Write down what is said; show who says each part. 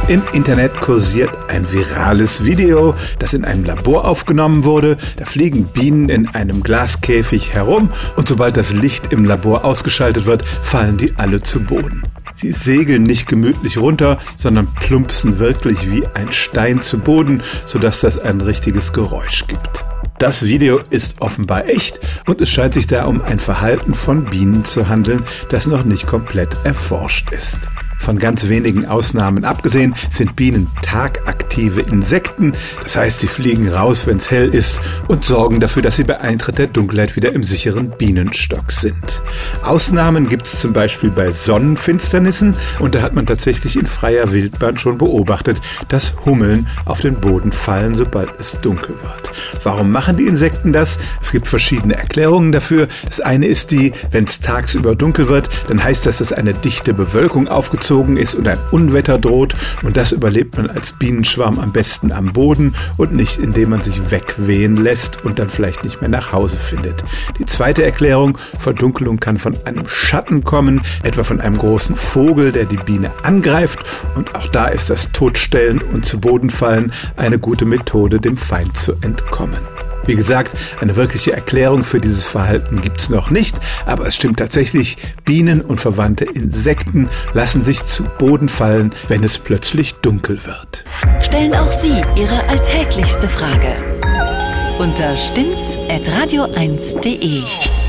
Speaker 1: Im Internet kursiert ein virales Video, das in einem Labor aufgenommen wurde. Da fliegen Bienen in einem Glaskäfig herum und sobald das Licht im Labor ausgeschaltet wird, fallen die alle zu Boden. Sie segeln nicht gemütlich runter, sondern plumpsen wirklich wie ein Stein zu Boden, sodass das ein richtiges Geräusch gibt. Das Video ist offenbar echt und es scheint sich da um ein Verhalten von Bienen zu handeln, das noch nicht komplett erforscht ist. Von ganz wenigen Ausnahmen abgesehen sind Bienen tagaktive Insekten. Das heißt, sie fliegen raus, wenn es hell ist und sorgen dafür, dass sie bei Eintritt der Dunkelheit wieder im sicheren Bienenstock sind. Ausnahmen gibt es zum Beispiel bei Sonnenfinsternissen und da hat man tatsächlich in freier Wildbahn schon beobachtet, dass Hummeln auf den Boden fallen, sobald es dunkel wird. Warum machen die Insekten das? Es gibt verschiedene Erklärungen dafür. Das eine ist die, wenn es tagsüber dunkel wird, dann heißt das, dass eine dichte Bewölkung aufgezogen ist und ein Unwetter droht und das überlebt man als Bienenschwarm am besten am Boden und nicht, indem man sich wegwehen lässt und dann vielleicht nicht mehr nach Hause findet. Die zweite Erklärung, Verdunkelung kann von einem Schatten kommen, etwa von einem großen Vogel, der die Biene angreift und auch da ist das Totstellen und zu Boden fallen eine gute Methode, dem Feind zu entkommen. Wie gesagt, eine wirkliche Erklärung für dieses Verhalten gibt's noch nicht, aber es stimmt tatsächlich, Bienen und verwandte Insekten lassen sich zu Boden fallen, wenn es plötzlich dunkel wird.
Speaker 2: Stellen auch Sie Ihre alltäglichste Frage unter stimmt's@radio1.de.